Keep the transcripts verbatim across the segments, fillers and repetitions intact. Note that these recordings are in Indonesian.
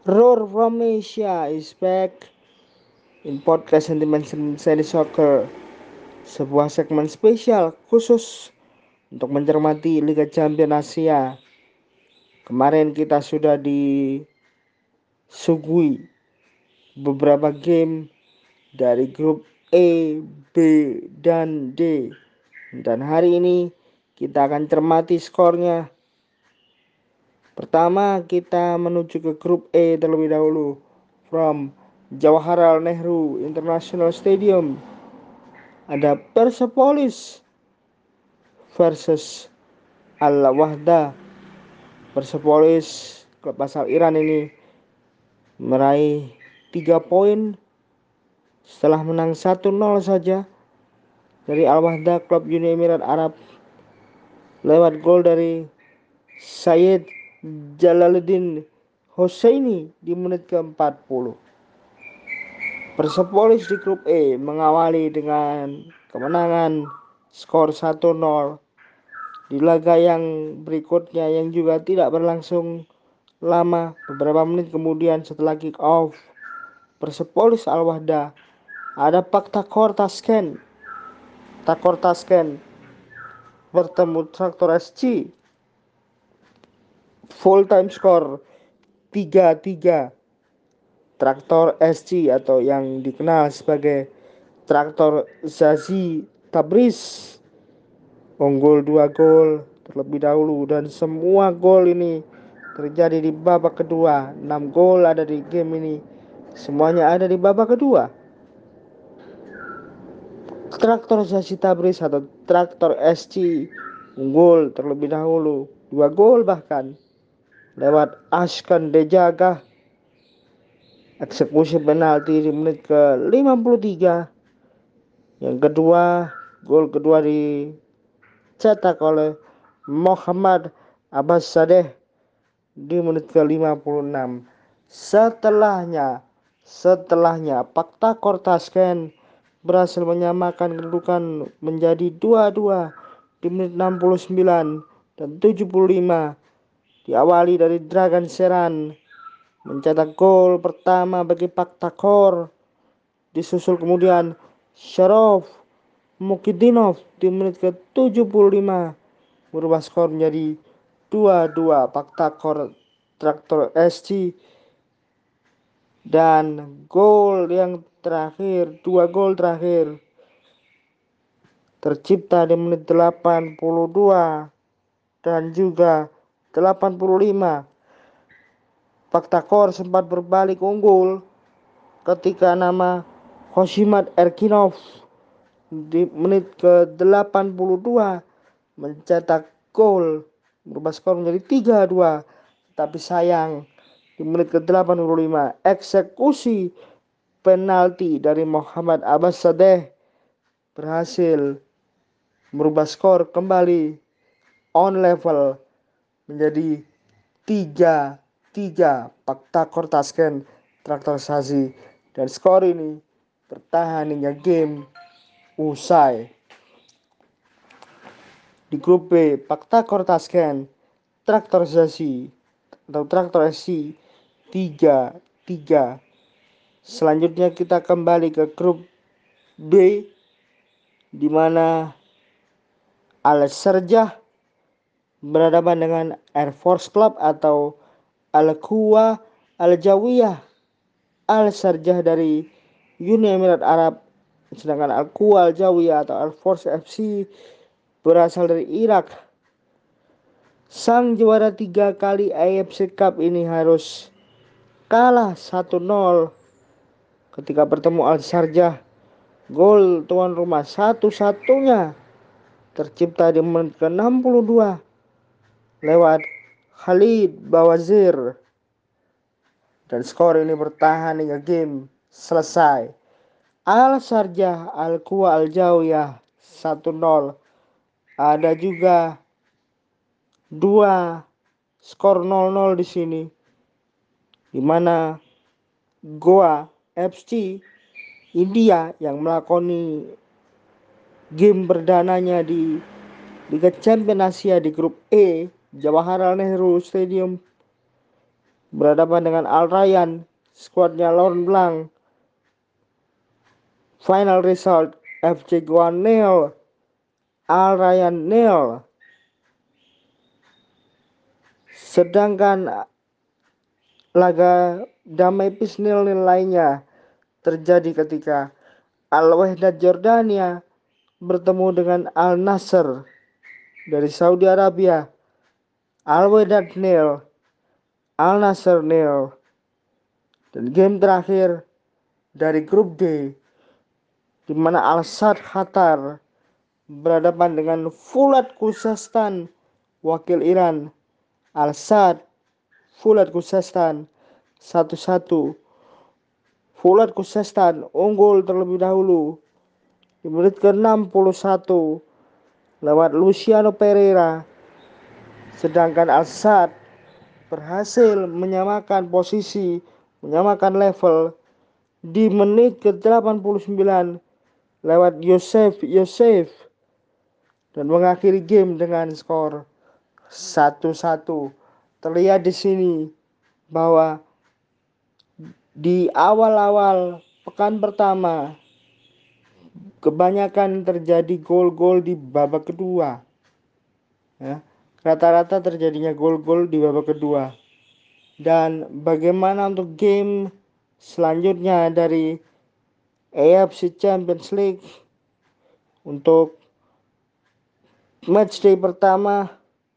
Roar from Asia is back in podcast Sentimen Seri Soccer, sebuah segmen spesial khusus untuk mencermati Liga Champions Asia. Kemarin kita sudah disuguhi beberapa game dari grup E, B, dan D. Dan hari ini kita akan cermati skornya. Pertama kita menuju ke grup E terlebih dahulu. From Jawaharlal Nehru International Stadium ada Persepolis versus Al-Wahda. Persepolis klub asal Iran ini meraih tiga poin setelah menang satu nol saja dari Al-Wahda klub Uni Emirat Arab lewat gol dari Syed Jalaluddin Hosseini di menit ke empat puluh. Persepolis di grup E mengawali dengan kemenangan skor satu nol di laga yang berikutnya yang juga tidak berlangsung lama. Beberapa menit kemudian setelah kick off Persepolis Al-Wahda ada Pak Takor Tasken Takor Tasken bertemu Traktor S C, full time score tiga tiga. Traktor S C atau yang dikenal sebagai Traktor Zazi Tabriz unggul dua gol terlebih dahulu, dan semua gol ini terjadi di babak kedua. enam gol ada di game ini, semuanya ada di babak kedua. Traktor Zazi Tabriz atau Traktor S C unggul terlebih dahulu dua gol bahkan lewat Ashkan Dejaga, eksekusi penalti di menit ke lima puluh tiga. Yang kedua, gol kedua dicetak oleh Muhammad Abbas Sadeh di menit ke lima puluh enam. Setelahnya, setelahnya Pakta Kortasken berhasil menyamakan kedudukan menjadi dua dua di menit enam puluh sembilan dan tujuh puluh lima. Diawali dari Dragan Seran mencetak gol pertama bagi Pakta Kor. Disusul kemudian Sharof Mukidinov di menit ke tujuh puluh lima merubah skor menjadi dua dua. Paktakor Traktor S C, dan gol yang terakhir, dua gol terakhir tercipta di menit delapan puluh dua dan juga delapan puluh lima. Paktakor sempat berbalik unggul ketika nama Hoshimat Erkinov di menit ke delapan puluh dua mencetak gol merubah skor menjadi tiga dua. Tapi sayang di menit ke delapan puluh lima eksekusi penalti dari Muhammad Abbas Sadeh berhasil merubah skor kembali on level menjadi tiga tiga. Pakta Kortasken Traktor Zazi, dan skor ini bertahan hingga game usai. Di grup B, Pakta Kortasken Traktor Zazi atau Traktor S C tiga tiga. Selanjutnya kita kembali ke grup B di mana Al Sharjah berhadapan dengan Air Force Club atau Al Quwa Al Jawiyah. Al Sharjah dari Uni Emirat Arab, sedangkan Al Quwa Al Jawiyah atau Air Force F C berasal dari Irak. Sang juara tiga kali A F C Cup ini harus kalah satu nol ketika bertemu Al Sharjah. Gol tuan rumah satu-satunya tercipta di menit ke enam puluh dua lewat Khalid Bawazir, dan skor ini bertahan hingga game selesai. Al Sharjah Al Quwa Al Jawiyah satu nol. Ada juga dua skor nol nol di sini, di mana Goa F C India yang melakoni game perdananya di Liga Champions Asia di grup E Jawaharlal Nehru Stadium berhadapan dengan Al Rayyan, skuadnya Laurent Blanc. Final result F C Goa nil, Al Rayyan nil. Sedangkan laga damai pis nil-nil lainnya terjadi ketika Al Wahdat Jordania bertemu dengan Al Nassr dari Saudi Arabia. Al Wahdat nil, Al Nassr nil. Dan game terakhir dari grup D di mana Al Sadd Qatar berhadapan dengan Fulat Khuzestan wakil Iran. Al Sadd Fulat Khuzestan satu satu. Fulat Khuzestan unggul terlebih dahulu di menit ke enam puluh satu lewat Luciano Pereira. Sedangkan Al Sadd berhasil menyamakan posisi, menyamakan level di menit ke delapan puluh sembilan lewat Yosef Yosef dan mengakhiri game dengan skor satu satu. Terlihat di sini bahwa di awal-awal pekan pertama kebanyakan terjadi gol-gol di babak kedua. Ya, rata-rata terjadinya gol-gol di babak kedua. Dan bagaimana untuk game selanjutnya dari A F C Champions League untuk matchday pertama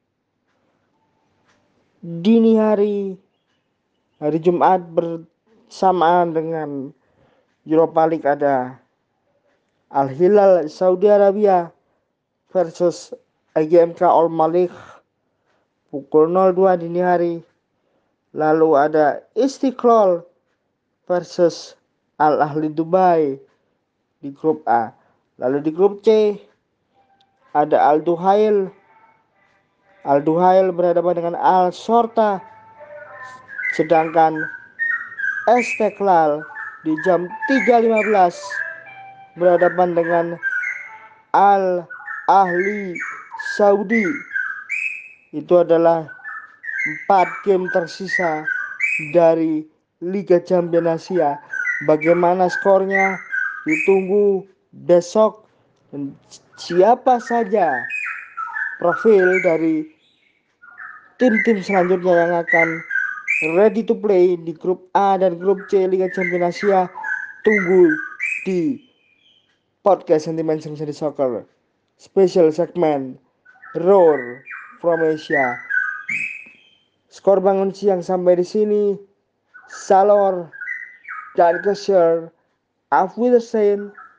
dini hari hari Jumat bersamaan dengan Europa League ada Al Hilal Saudi Arabia versus A G M K Al Malik pukul nol dua dini hari. Lalu ada Istiqlal versus Al Ahli Dubai di grup A. Lalu di grup C ada Al Duhail. Al Duhail berhadapan dengan Al Shorta. Sedangkan Istiqlal di jam tiga lima belas berhadapan dengan Al Ahli Saudi. Itu adalah empat game tersisa dari Liga Champions Asia. Bagaimana skornya ditunggu besok, dan siapa saja profil dari tim-tim selanjutnya yang akan ready to play di grup A dan grup C Liga Champions Asia. Tunggu di podcast Sentimen Sensasi Soccer special segmen Roar from Asia. Skor bangun siang sampai di sini. Salor dan Kesher. Auf Wiedersehen.